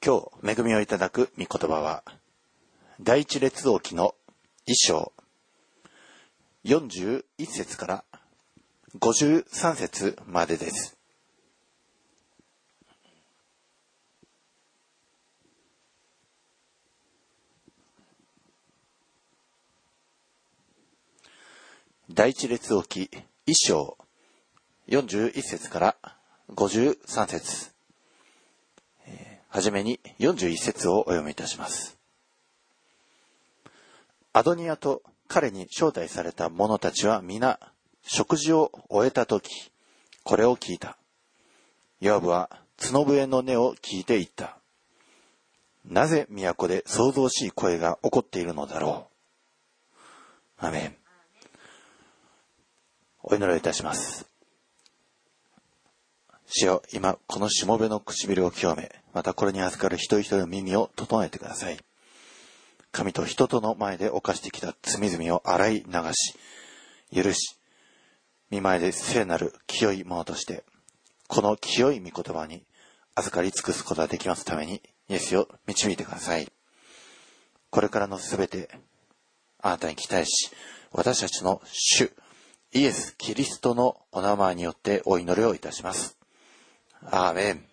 今日恵みをいただく御言葉は第一列王記の1章41節から53節までです。第一列王記1章41節から53節、はじめに41節をお読みいたします。アドニヤと彼に招待された者たちは皆食事を終えたとき、これを聞いた。ヨアブは角笛の音を聞いていった。なぜ都で騒々しい声が起こっているのだろう。アメン。お祈りをいたします。主よ、今このしもべの唇を清め、またこれに預かる一人一人の耳を整えてください。神と人との前で犯してきた罪々を洗い流し、許し、御前で聖なる清いものとして、この清い御言葉に預かり尽くすことができますために、イエスを導いてください。これからのすべて、あなたに期待し、私たちの主、イエス・キリストのお名前によってお祈りをいたします。アーメン。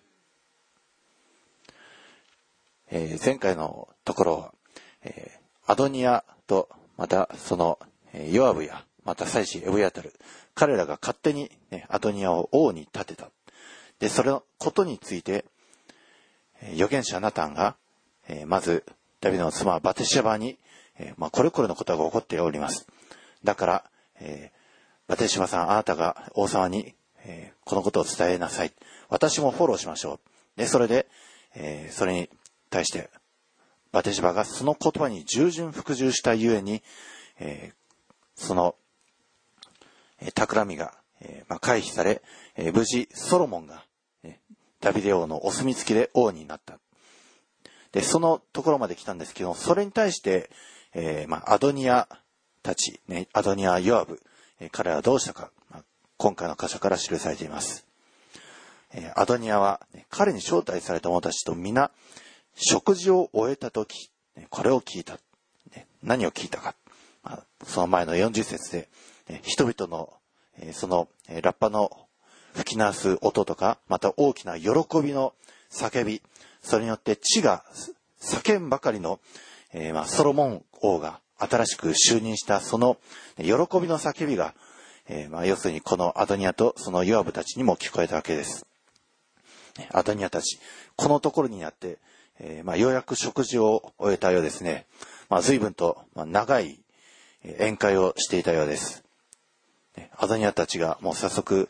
前回のところは、アドニヤとまたそのヨアブやまた祭司エブヤタル、彼らが勝手に、アドニヤを王に立てた。で、それのことについて預言者ナタンが、まずダビデの妻バテシェバに、これこれのことが起こっております。だから、バテシェバさん、あなたが王様に、このことを伝えなさい。私もフォローしましょう。で、それで、それに対してバテシェバがその言葉に従順服従したゆえに、その企みが、回避され、無事ソロモンが、ダビデ王のお墨付きで王になった。で、そのところまで来たんですけど、それに対して、アドニヤたち、アドニヤ・ヨアブ、彼らはどうしたか、今回の箇所から記されています。アドニヤは、彼に招待された者たちと皆食事を終えたとき、これを聞いた。何を聞いたか。その前の40節で、人々のそのラッパの吹き鳴らす音とか、また大きな喜びの叫び、それによって地が叫んばかりの、ソロモン王が新しく就任したその喜びの叫びが、要するにこのアドニヤとそのヨアブたちにも聞こえたわけです。アドニヤたち、このところになって、ようやく食事を終えたようですね。随分と長い宴会をしていたようです。アドニヤたちがもう早速、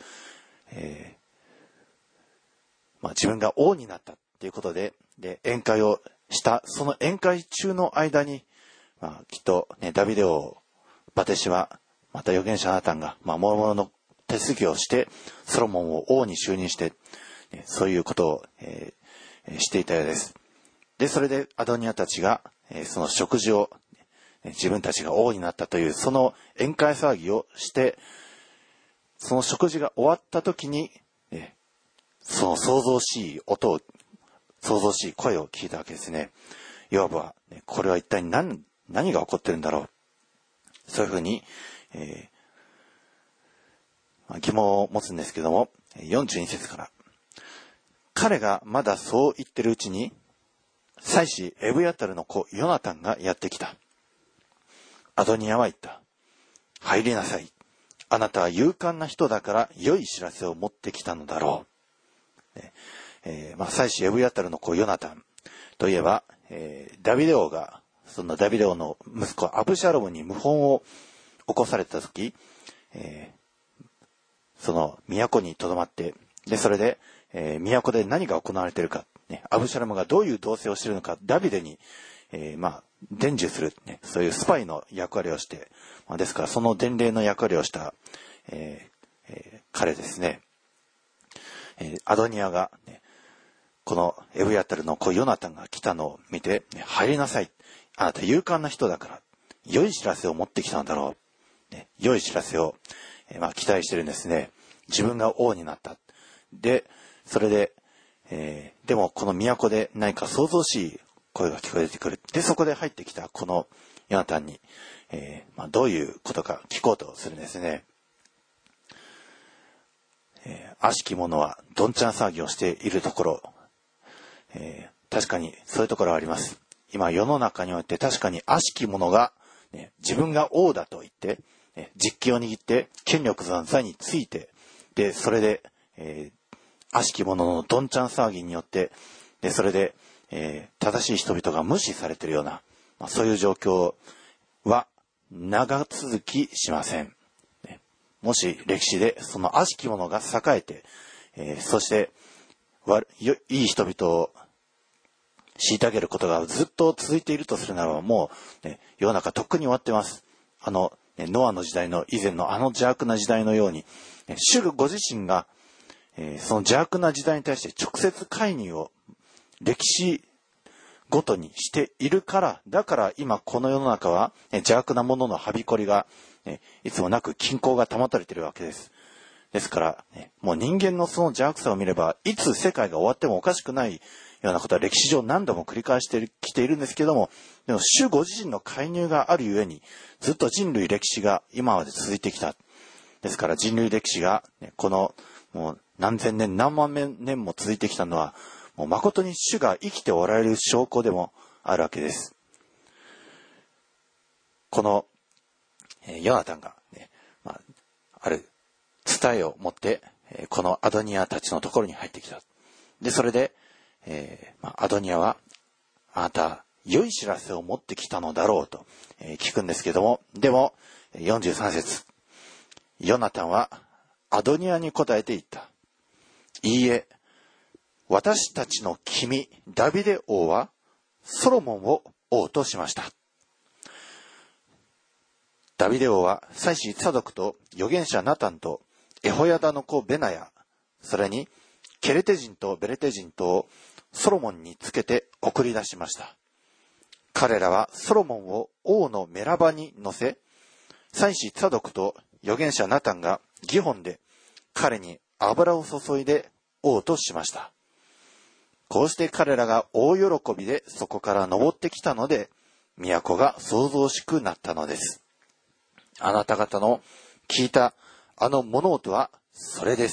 自分が王になったということで、宴会をした、その宴会中の間に、きっと、ダビデ王、バテシェバ、また預言者ナタンが、諸々の手続きをして、ソロモンを王に就任して、そういうことを、していたようです。で、それでアドニヤたちが、その食事を、自分たちが王になったという、その宴会騒ぎをして、その食事が終わった時に、その騒々しい音を、騒々しい声を聞いたわけですね。ヨアブは、これは一体何が起こってるんだろう。そういうふうに、疑問を持つんですけども、42節から。彼がまだそう言ってるうちに、祭司エブヤタルの子ヨナタンがやってきた。アドニヤは言った。入りなさい。あなたは勇敢な人だから良い知らせを持ってきたのだろう。祭司エブヤタルの子ヨナタンといえば、ダビデ王がそのダビデ王の息子アブシャロムに謀反を起こされた時、その都にとどまって、でそれで、都で何が行われているか、アブシャロムがどういう動静をしているのかダビデに、伝授する、そういうスパイの役割をして、ですからその伝令の役割をした、彼ですね。アドニヤが、このエブヤタルの子ヨナタンが来たのを見て、入りなさい。あなた勇敢な人だから、良い知らせを持ってきたんだろう。良い知らせを、期待してるんですね。自分が王になった。で、それで、 でもこの都で何か想像しい声が聞こえてくる。で、そこで入ってきたこのヨナタンに、どういうことか聞こうとするんですね。悪しき者はどんちゃん騒ぎをしているところ、確かにそういうところはあります。今世の中において確かに悪しき者が、自分が王だと言って、実権を握って権力の座について、でそれで、悪しき者のどんちゃん騒ぎによって、でそれで、正しい人々が無視されているような、そういう状況は長続きしません。もし歴史でその悪しき者が栄えて、そしていい人々を虐げることがずっと続いているとするならば、もう、世の中とっくに終わってます。ノアの時代の以前の邪悪な時代のように、主ご自身が、その邪悪な時代に対して直接介入を歴史ごとにしているから、だから今この世の中は、邪悪なもののはびこりが、いつもなく均衡が保たれているわけです。ですから、もう人間のその邪悪さを見れば、いつ世界が終わってもおかしくないようなことは歴史上何度も繰り返してきているんですけども、でも主ご自身の介入があるゆえに、ずっと人類歴史が今まで続いてきた。ですから人類歴史が、このもう何千年何万年も続いてきたのは、もう誠に主が生きておられる証拠でもあるわけです。このヨナタンが、ある伝えを持って、このアドニヤたちのところに入ってきた。で、それで、アドニヤは、あなた、良い知らせを持ってきたのだろうと、聞くんですけども、でも、43節、ヨナタンはアドニヤに答えて言った。いいえ、私たちの君、ダビデ王は、ソロモンを王としました。ダビデ王は祭司サドクと預言者ナタンとエホヤダの子ベナヤ、それにケレテ人とベレテ人とをソロモンにつけて送り出しました。彼らはソロモンを王のメラバに乗せ、祭司サドクと預言者ナタンがギホンで彼に油を注いで王としました。こうして彼らが大喜びでそこから登ってきたので、都が騒々しくなったのです。あなた方の聞いた物音はそれです。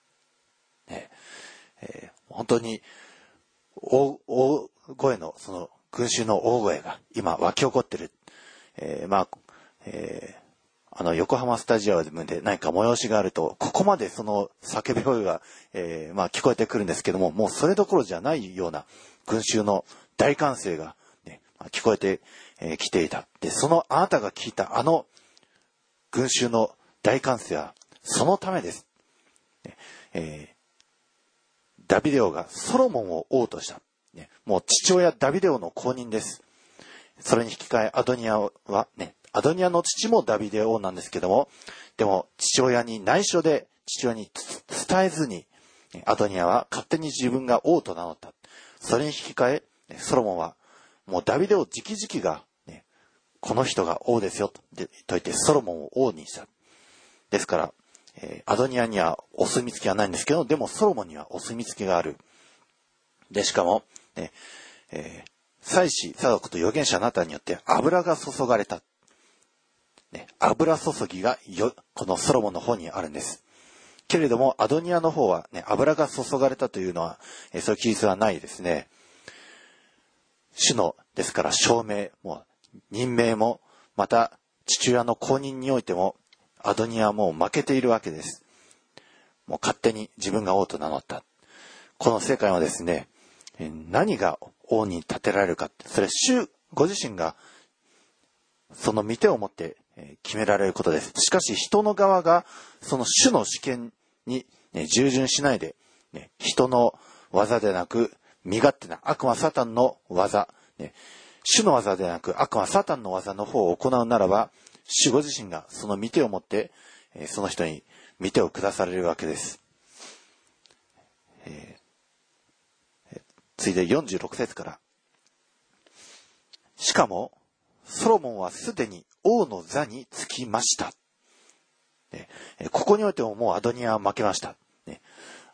本当に大声のその群衆の大声が今湧き起こってる。横浜スタジアムで何か催しがあると、ここまでその叫び声が、聞こえてくるんですけども、もうそれどころじゃないような群衆の大歓声が、聞こえてきていた。で、あなたが聞いた群衆の大歓声はそのためです。ダビデ王がソロモンを王とした。もう父親ダビデ王の後任です。それに引き換えアドニヤはアドニヤの父もダビデ王なんですけども、でも父親に内緒で父親に伝えずに、アドニヤは勝手に自分が王と名乗った。それに引き換え、ソロモンはもうダビデ王直々が、この人が王ですよと言ってソロモンを王にした。ですから、アドニヤにはお墨付きはないんですけど、でもソロモンにはお墨付きがある。で、しかも、祭司サドクと預言者ナタンによって油が注がれた。油注ぎがこのソロモンの方にあるんです。けれどもアドニヤの方は、油が注がれたというのは、そういう記述はないですね。主のですから証明も任命もまた父親の後任においてもアドニヤはもう負けているわけです。もう勝手に自分が王と名乗った。この世界はですね、何が王に立てられるか、それは主ご自身がその御手を持って決められることです。しかし人の側がその主の主権に従順しないで、人の技でなく身勝手な悪魔サタンの技、主の技でなく悪魔サタンの技の方を行うならば、主ご自身がその御手を持ってその人に御手を下されるわけです。次いで46節から。しかもソロモンはすでに王の座につきました。ここにおいてももうアドニヤは負けました。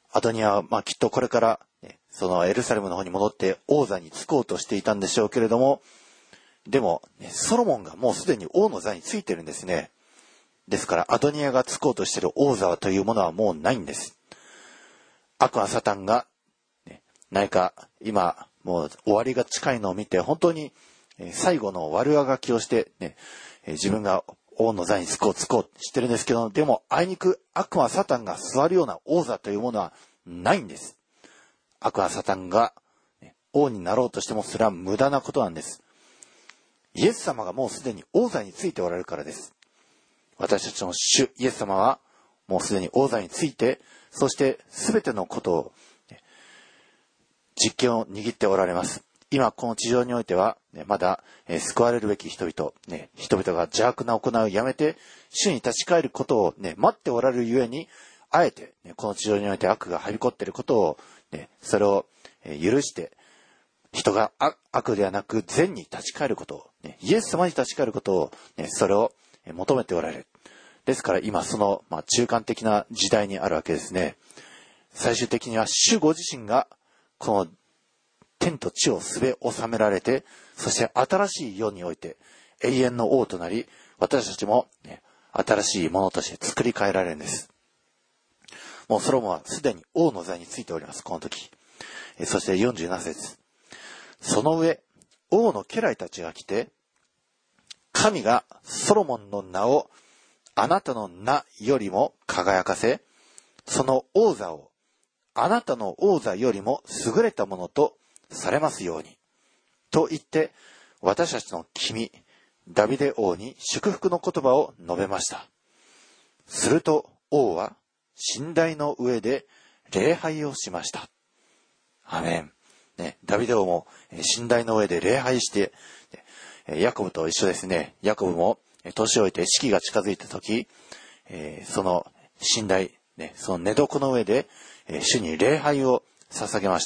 アドニアはきっとこれから、そのエルサレムの方に戻って王座に就こうとしていたんでしょうけれども、でも、ソロモンがもうすでに王の座についてるんですね。ですからアドニアが就こうとしている王座というものはもうないんです。悪魔サタンが、何か今もう終わりが近いのを見て、本当に最後の悪あがきをして、自分が王の座に就こうしてるんですけど、でもあいにく悪魔サタンが座るような王座というものはないんです。悪魔サタンが王になろうとしてもそれは無駄なことなんです。イエス様がもうすでに王座についておられるからです。私たちの主イエス様はもうすでに王座について、そして全てのことを実権を握っておられます。今この地上においては、まだ救われるべき人々、人々が邪悪な行いをやめて主に立ち返ることを、待っておられるゆえに、あえて、この地上において悪がはびこっていることを、それを許して人が悪ではなく善に立ち返ることを、イエス様に立ち返ることを、それを求めておられる。ですから今その、中間的な時代にあるわけですね。最終的には主ご自身がこの天と地をすべ収められて、そして新しい世において永遠の王となり、私たちも、新しいものとして作り変えられるんです。もうソロモンはすでに王の座についております、この時。そして47節。その上、王の家来たちが来て、神がソロモンの名をあなたの名よりも輝かせ、その王座をあなたの王座よりも優れたものとされますように。と言って、私たちの君、ダビデ王に祝福の言葉を述べました。すると王は神台の上で礼拝をしました。アメン。ダビデ王も神台の上で礼拝して、ヤコブと一緒ですね。ヤコブも年老いて死期が近づいた時、その神台、その寝床の上で主に礼拝を捧げました。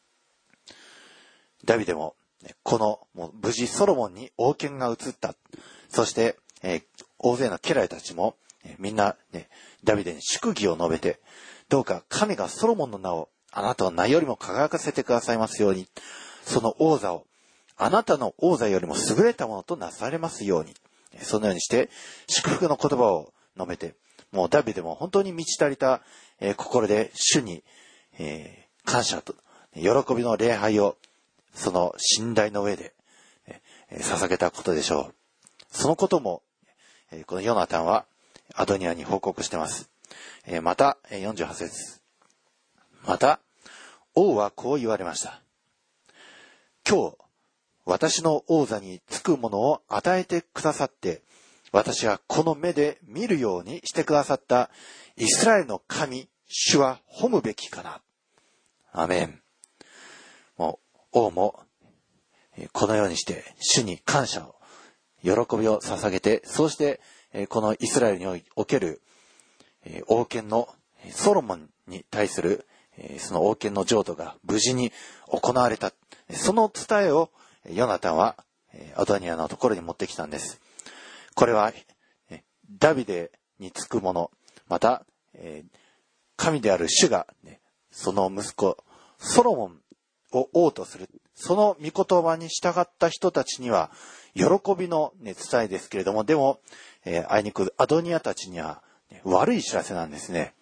ダビデももう無事ソロモンに王権が移った。そして、大勢の家来たちも、みんな、ダビデに祝儀を述べて、どうか神がソロモンの名をあなたの名よりも輝かせてくださいますように、その王座をあなたの王座よりも優れたものとなされますように、そのようにして祝福の言葉を述べて、もうダビデも本当に満ち足りた、心で主に、感謝と喜びの礼拝をその神台の上で、捧げたことでしょう。そのことも、このヨナタンはアドニアに報告しています。また48節。また王はこう言われました。今日私の王座につくものを与えてくださって、私がこの目で見るようにしてくださったイスラエルの神主は褒むべきかな。アメン。もう王もこのようにして主に感謝を喜びを捧げて、そうしてこのイスラエルにおける王権のソロモンに対するその王権の譲渡が無事に行われた。その伝えをヨナタンはアドニアのところに持ってきたんです。これはダビデにつくもの、また神である主がその息子ソロモンを王とする、その御言葉に従った人たちには喜びの伝えですけれども、でもあいにくアドニアたちには悪い知らせなんですね。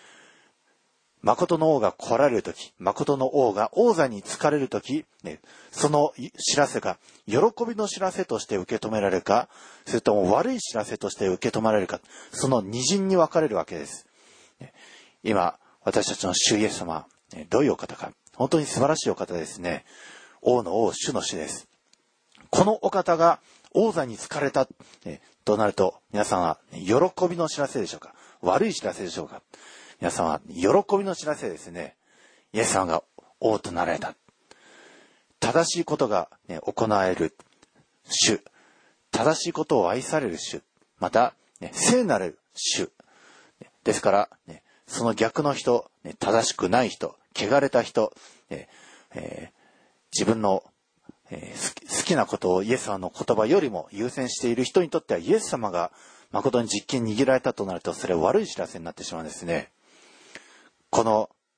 誠の王が来られるとき、誠の王が王座に就かれるとき、その知らせが喜びの知らせとして受け止められるか、それとも悪い知らせとして受け止められるか、その二陣に分かれるわけです。今、私たちの主イエス様、どういうお方か、本当に素晴らしいお方ですね。王の王、主の主です。このお方が王座に就かれた、となると、皆さんは喜びの知らせでしょうか、悪い知らせでしょうか。皆さんは喜びの知らせですね。イエス様が王となられた。正しいことが、行われる主。正しいことを愛される主。また、聖なる主。ですから、その逆の人、正しくない人、汚れた人、自分の、好きなことをイエス様の言葉よりも優先している人にとっては、イエス様が誠に実権握られたとなると、それは悪い知らせになってしまうんですね。この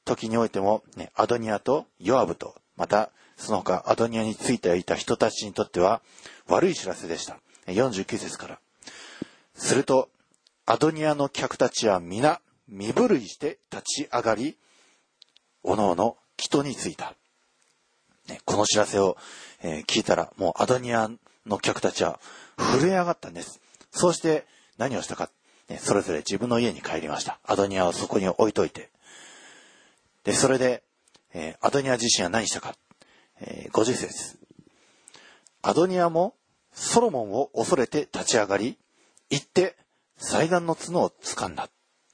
時においても、アドニヤとヨアブと、またその他アドニヤについていた人たちにとっては悪い知らせでした。49節から。すると、アドニヤの客たちは皆身震いして立ち上がり、おのおの帰途に着いた。この知らせを、聞いたら、もうアドニヤの客たちは震え上がったんです。そうして何をしたか、それぞれ自分の家に帰りました。アドニヤをそこに置いといて。で、それで、アドニヤ自身は何したか。50節。アドニヤもソロモンを恐れて立ち上がり、行って祭壇の角を掴んだ。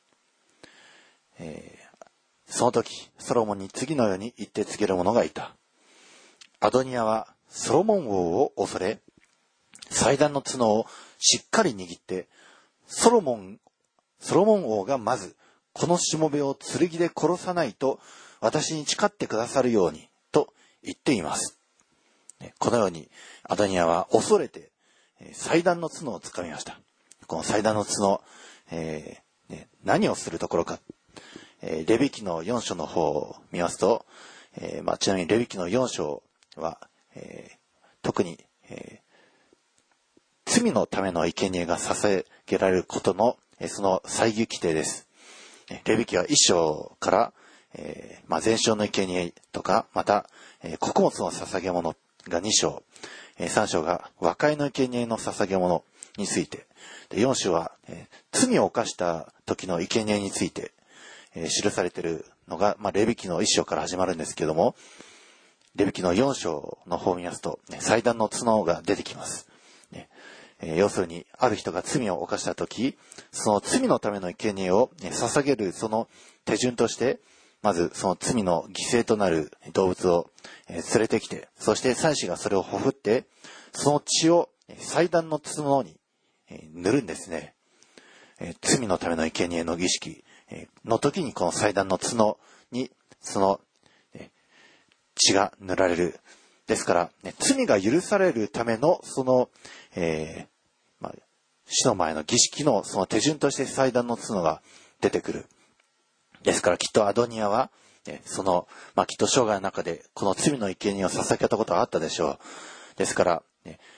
その時、ソロモンに次のように言って告げる者がいた。アドニヤはソロモン王を恐れ、祭壇の角をしっかり握って、ソロモン王がまず、このしもべを剣で殺さないと私に誓ってくださるように、と言っています。このように、アドニヤは恐れて、祭壇の角を掴みました。この祭壇の角、何をするところか。レビ記の4章の方を見ますと、ちなみにレビ記の4章は、特に、罪のための生贄が捧げられることの、その祭儀規定です。レビ記は1章から、全焼の生贄とか、また、穀物の捧げ物が2章、3章が和解の生贄の捧げ物について、で4章は、罪を犯した時の生贄について、記されているのが、レビ記の1章から始まるんですけども、レビ記の4章の方を見ますと、祭壇の角が出てきます。要するに、ある人が罪を犯したとき、その罪のための生贄を捧げるその手順として、まずその罪の犠牲となる動物を連れてきて、そして祭司がそれをほふって、その血を祭壇の角に塗るんですね。罪のための生贄の儀式の時にこの祭壇の角にその血が塗られる。ですから、罪が許されるためのその、死の前の儀式のその手順として祭壇の角が出てくる。ですからきっとアドニヤは、その、きっと生涯の中でこの罪の生贄を捧げたことがあったでしょう。ですから、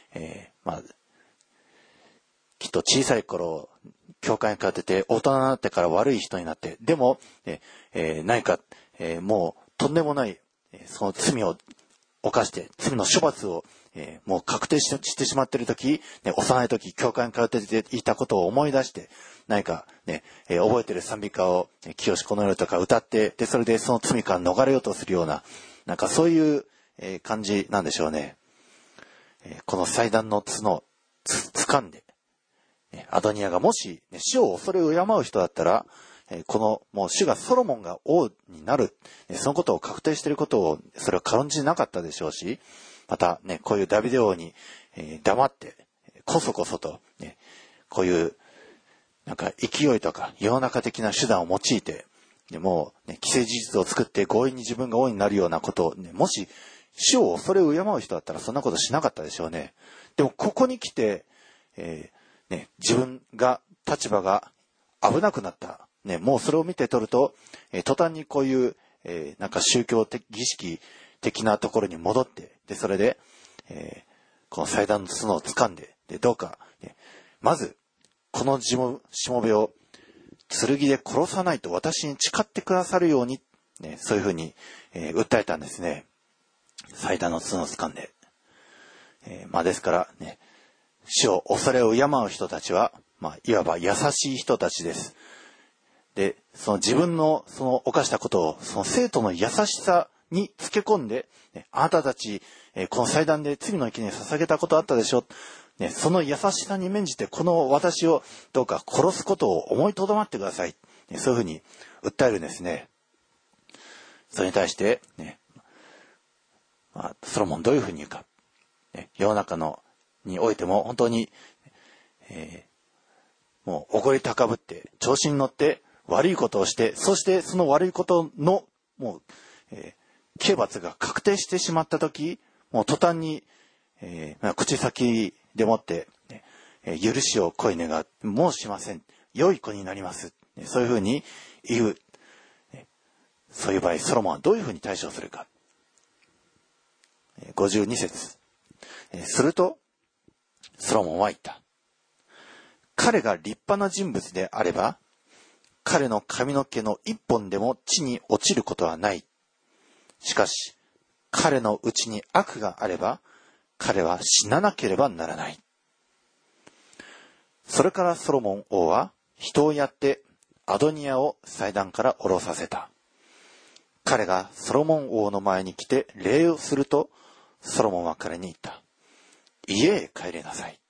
きっと小さい頃、教会に通ってて、大人になってから悪い人になって、でも、何か、もうとんでもない、その罪を犯して、罪の処罰を、もう確定してしまっているとき、幼いとき、教会に通っていたことを思い出して、何かね、覚えている賛美歌を、清しこの夜とか歌って、で、それでその罪から逃れようとするような、なんかそういう、感じなんでしょうね。この祭壇の角を掴んで、アドニヤがもし、死を恐れ敬う人だったら、この、もう主がソロモンが王になる、そのことを確定していることを、それは軽んじなかったでしょうし、またね、こういうダビデ王に、黙って、こそこそと、こういう、なんか勢いとか世の中的な手段を用いて、もう、既成事実を作って強引に自分が王になるようなことを、もし、主を恐れ敬う人だったらそんなことしなかったでしょうね。でも、ここに来て、自分が、立場が危なくなった。もうそれを見て取ると、途端にこういう、なんか宗教的儀式的なところに戻って、で、それで、この祭壇の角を掴んで、で、どうか、まず、このしもべを剣で殺さないと私に誓ってくださるように、そういうふうに、訴えたんですね。祭壇の角を掴んで。ですからね、死を恐れを敬う人たちは、いわば優しい人たちです。で、その自分のその犯したことを、その生徒の優しさにつけ込んで、あなたたち、この祭壇で罪の生贄捧げたことあったでしょ。その優しさに免じて、この私をどうか殺すことを思いとどまってください。そういうふうに訴えるんですね。それに対して、ソロモンどういうふうに言うか。世の中においても本当に、もう怒り高ぶって、調子に乗って、悪いことをして、そしてその悪いことの、もう、刑罰が確定してしまったとき、もう途端に、口先でもって、許しを恋願う、もうしません。良い子になります。そういうふうに言う。 そういう場合、ソロモンはどういうふうに対処するか。52節。すると、ソロモンは言った。彼が立派な人物であれば、彼の髪の毛の一本でも地に落ちることはない。しかし、彼のうちに悪があれば、彼は死ななければならない。それからソロモン王は人をやってアドニヤを祭壇から下ろさせた。彼がソロモン王の前に来て礼をすると、ソロモンは彼に言った。家へ帰れなさい。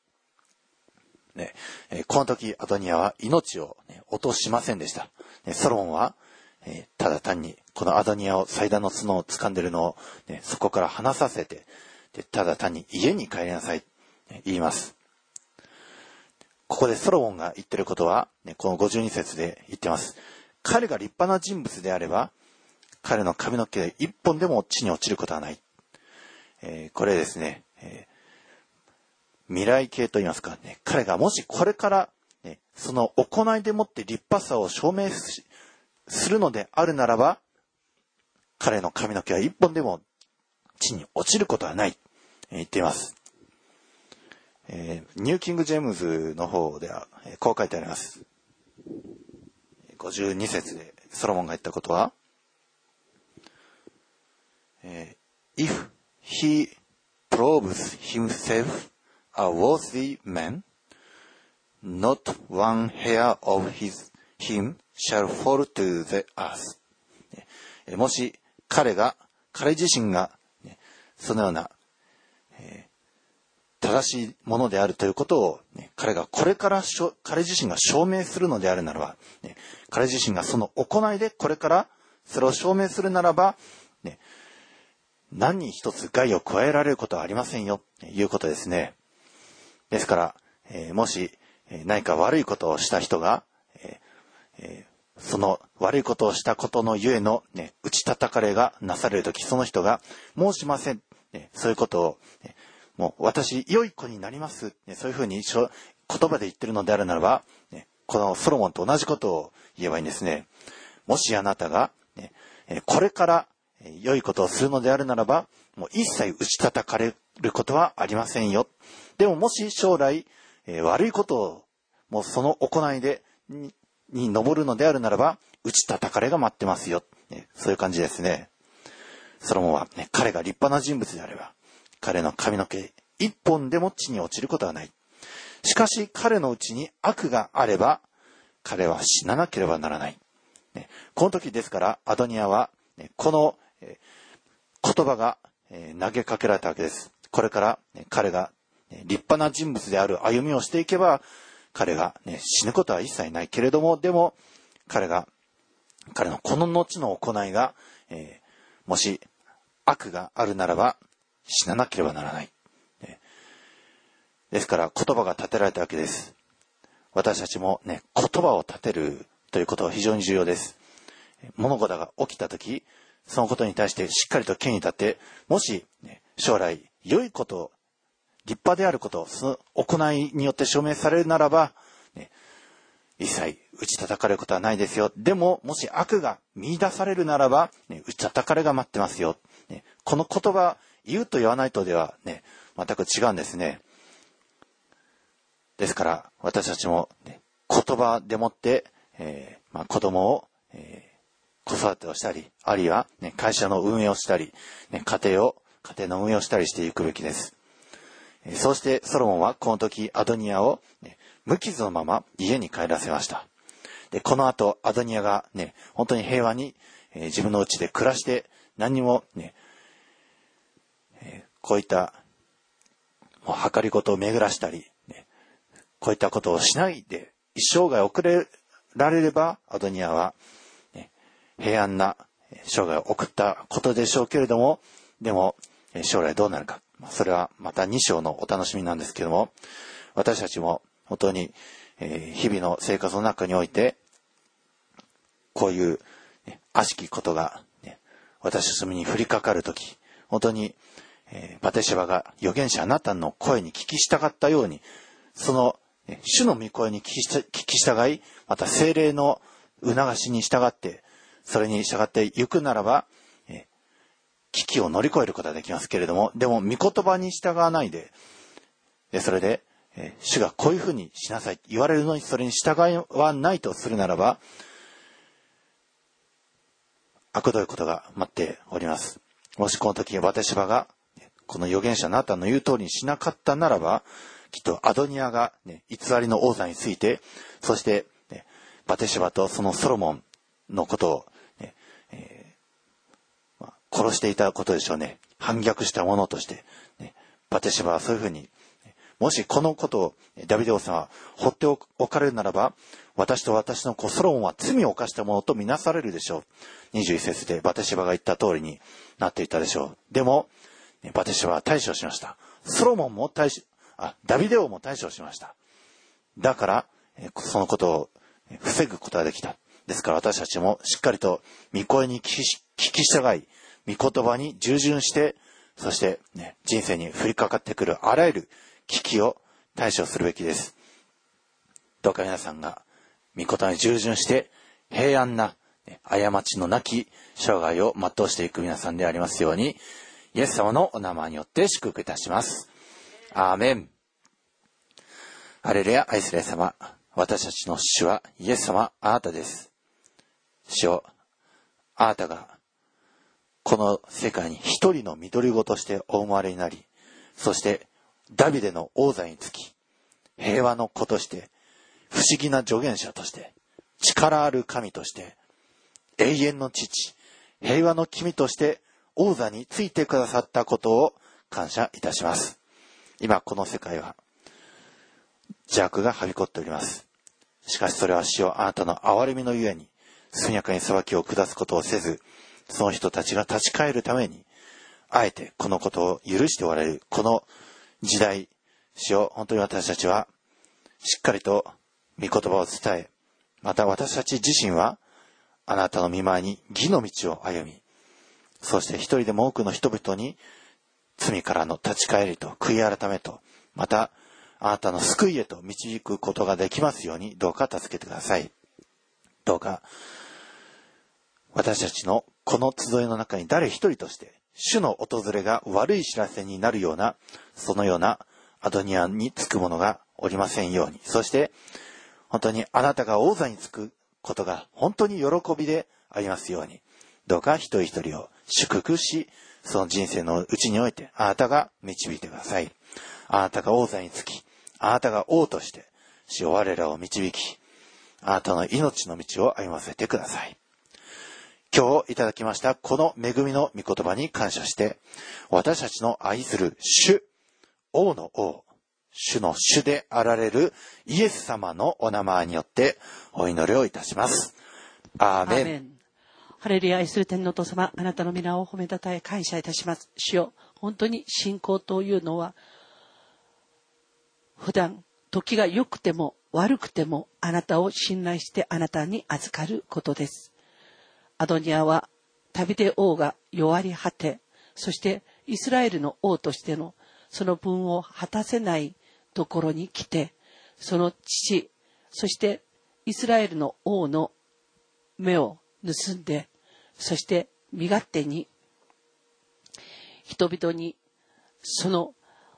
この時アドニヤは命を、落としませんでした。ソロモンは、ただ単にこのアドニヤを祭壇の角を掴んでいるのを、そこから離させて、ただ単に家に帰りなさい、言います。ここでソロモンが言っていることは、この52節で言っています。彼が立派な人物であれば、彼の髪の毛一本でも地に落ちることはない。これですね、未来形と言いますかね、彼がもしこれから、その行いでもって立派さを証明するのであるならば、彼の髪の毛は一本でも地に落ちることはない、言っています。ニューキングジェームズの方ではこう書いてあります。52節でソロモンが言ったことは、If he proves himself a worthy man, not one hair of him shall fall to the earth. もし彼自身が、そのような、正しいものであるということを、彼がこれから彼自身が証明するのであるならば、彼自身がその行いでこれからそれを証明するならば、何一つ害を加えられることはありませんよということですね。ですから、もし何か悪いことをした人が、その悪いことをしたことのゆえの、打ち叩かれがなされるとき、その人が申しません、そういうことを、もう私良い子になります、そういうふうに言葉で言ってるのであるならば、このソロモンと同じことを言えばいいんですね。もしあなたが、これから良いことをするのであるならば、もう一切打ち叩かれることはありませんよ。でももし将来、悪いことをもうその行いでに上るのであるならば、打ち叩かれが待ってますよ。そういう感じですね。ソロモンは、彼が立派な人物であれば、彼の髪の毛一本でも地に落ちることはない。しかし彼のうちに悪があれば、彼は死ななければならない。この時ですからアドニヤは、この言葉が投げかけられたわけです。これから彼が立派な人物である歩みをしていけば、彼が死ぬことは一切ないけれども、でも彼のこの後の行いが、もし悪があるならば死ななければならない。ですから言葉が立てられたわけです。私たちも言葉を立てるということは非常に重要です。物事が起きたとき、そのことに対してしっかりと権威に立って、もし、将来良いこと、立派であること、その行いによって証明されるならば、一切打ち叩かれることはないですよ。でも、もし悪が見出されるならば、打ち叩かれが待ってますよ。この言葉、言うと言わないとでは全く違うんですね。ですから私たちも、言葉でもって、子供を、子育てをしたり、あるいは、会社の運営をしたり、家庭の運営をしたりしていくべきです。そうしてソロモンはこの時アドニヤを、無傷のまま家に帰らせました。でこの後アドニヤが本当に平和に、自分の家で暮らして何にもこういったもう計り事を巡らしたり、こういったことをしないで一生涯送られればアドニヤは、平安な生涯を送ったことでしょうけれども、でも将来どうなるか、それはまた2章のお楽しみなんですけども、私たちも本当に日々の生活の中においてこういう悪しきことが私たちに降りかかるとき、本当にバテシェバが預言者ナタンの声に聞き従ったように、その主の御声に聞き従い、また聖霊の促しに従って、 それに従って行くならば、危機を乗り越えることができますけれども、でも御言葉に従わないで、それで、主がこういうふうにしなさい言われるのにそれに従わないとするならば、悪どいことが待っております。もしこの時バテシバがこの預言者ナタンの言う通りにしなかったならば、きっとアドニアが、偽りの王座について、そして、バテシバとそのソロモンのことを、殺していたことでしょうね。反逆したものとして、バテシバはそういうふうに、もしこのことをダビデ王さんは放っておかれるならば、私と私の子ソロモンは罪を犯したものとみなされるでしょう。21節でバテシバが言った通りになっていたでしょう。でもバテシバは対処しました。ソロモンもダビデ王も対処しました。だからそのことを防ぐことができた。ですから私たちもしっかりと御声に聞き従い、御言葉に従順して、そして、人生に降りかかってくるあらゆる危機を対処するべきです。どうか皆さんが御言葉に従順して平安な過ちのなき生涯を全うしていく皆さんでありますように、イエス様のお名前によって祝福いたします。アーメン。ハレルヤ。愛するイエス様、私たちの主はイエス様、あなたです。主よ、あなたがこの世界に一人の緑子としてお生まれになり、そしてダビデの王座につき、平和の子として、不思議な助言者として、力ある神として、永遠の父、平和の君として王座についてくださったことを感謝いたします。今この世界は邪悪がはびこっております。しかしそれは主よ、あなたの憐れみのゆえに速やかに裁きを下すことをせず、その人たちが立ち返るためにあえてこのことを許しておられるこの時代、主よ、本当に私たちはしっかりと御言葉を伝え、また私たち自身はあなたの御前に義の道を歩み、そして一人でも多くの人々に罪からの立ち返りと悔い改めと、またあなたの救いへと導くことができますように、どうか助けてください。どうか私たちのこの集いの中に誰一人として主の訪れが悪い知らせになるような、そのようなアドニアにつく者がおりませんように、そして本当にあなたが王座につくことが本当に喜びでありますように、どうか一人一人を祝福し、その人生のうちにおいてあなたが導いてください。あなたが王座につき、あなたが王として主よ、我らを導き、あなたの命の道を歩ませてください。今日いただきましたこの恵みの御言葉に感謝して、私たちの愛する主、王の王、主の主であられるイエス様のお名前によってお祈りをいたします。アーメン。 アーメン。ハレルヤ。愛する天のお父様、あなたの皆を褒めたたえ感謝いたします。主よ、本当に信仰というのは普段時が良くても悪くてもあなたを信頼してあなたに預かることです。アドニアはダビデ王が弱り果て、そしてイスラエルの王としてのその分を果たせないところに来て、その父、そしてイスラエルの王の目を盗んで、そして身勝手に人々にその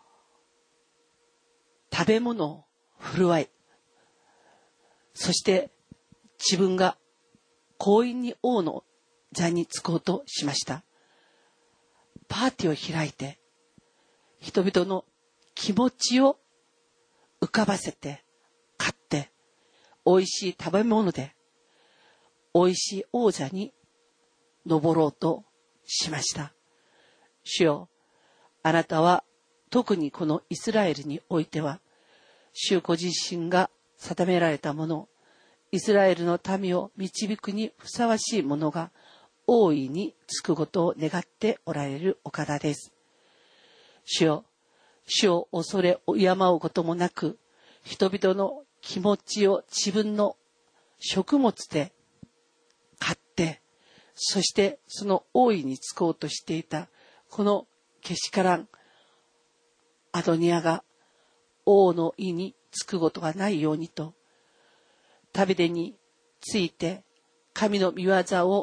食べ物を振る舞い、そして自分が強引に王の座に就こうとしました。パーティーを開いて人々の気持ちを浮かばせて買って美味しい食べ物で美味しい王座に登ろうとしました。主よ、あなたは特にこのイスラエルにおいては主ご自身が定められたもの、イスラエルの民を導くにふさわしいものが大いにつくことを願っておられるお方です。主よ、主を恐れ敬うこともなく、人々の気持ちを自分の食物で買って、そしてその大いにつこうとしていたこのけしからんアドニアが王の意につくことがないようにと、ダビデについて神の御業を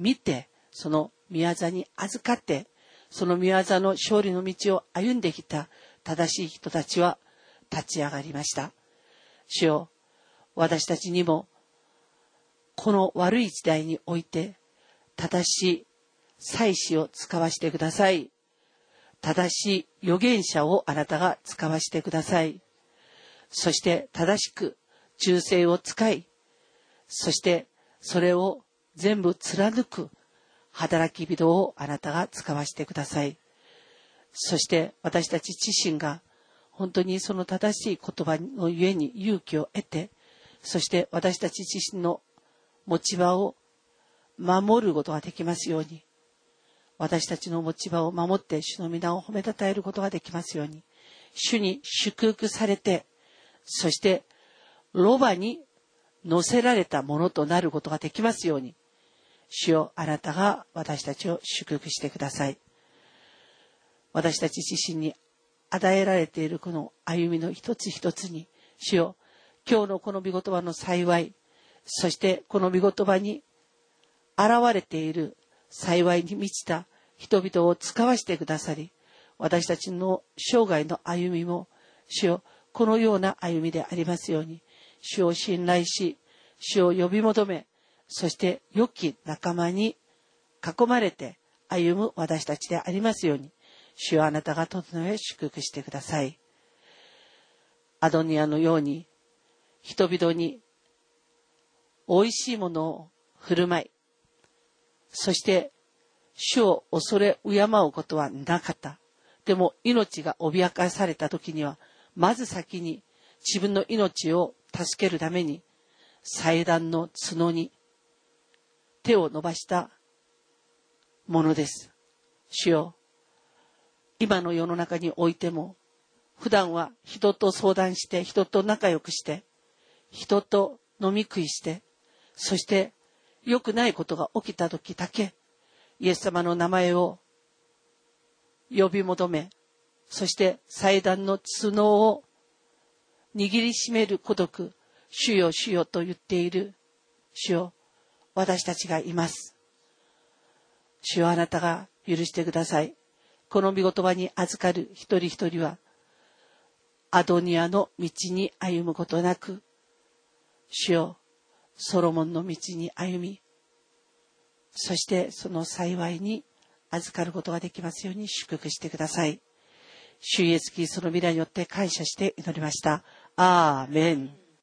見て、その御業に預かって、その御業の勝利の道を歩んできた正しい人たちは立ち上がりました。主よ、私たちにもこの悪い時代において正しい祭司を使わしてください。正しい預言者をあなたが使わしてください。そして正しく忠誠を使い、そしてそれを全部貫く働き人をあなたが使わしてください。そして私たち自身が本当にその正しい言葉のゆえに勇気を得て、そして私たち自身の持ち場を守ることができますように、私たちの持ち場を守って主の皆を褒めたたえることができますように、主に祝福されて、そしてロバに乗せられたものとなることができますように、主よ、あなたが私たちを祝福してください。私たち自身に与えられているこの歩みの一つ一つに、主よ、今日のこの御言葉の幸い、そしてこの御言葉に現れている幸いに満ちた人々を使わしてくださり、私たちの生涯の歩みも、主よ、このような歩みでありますように、主を信頼し、主を呼び求め、そして良き仲間に囲まれて歩む私たちでありますように、主よ、あなたが整え祝福してください。アドニアのように人々に美味しいものを振る舞い、そして主を恐れ敬うことはなかった。でも命が脅かされた時には、まず先に自分の命を助けるために祭壇の角に手を伸ばしたものです。主よ、今の世の中においても、普段は人と相談して、人と仲良くして、人と飲み食いして、そして良くないことが起きた時だけ、イエス様の名前を呼び求め、そして祭壇の角を握りしめる孤独、主よ主よと言っている主よ、私たちがいます。主よ、あなたが許してください。この御言葉に預かる一人一人は、アドニアの道に歩むことなく、主よ、ソロモンの道に歩み、そしてその幸いに預かることができますように祝福してください。主イエスキリストの御名によって感謝して祈りました。アーメン。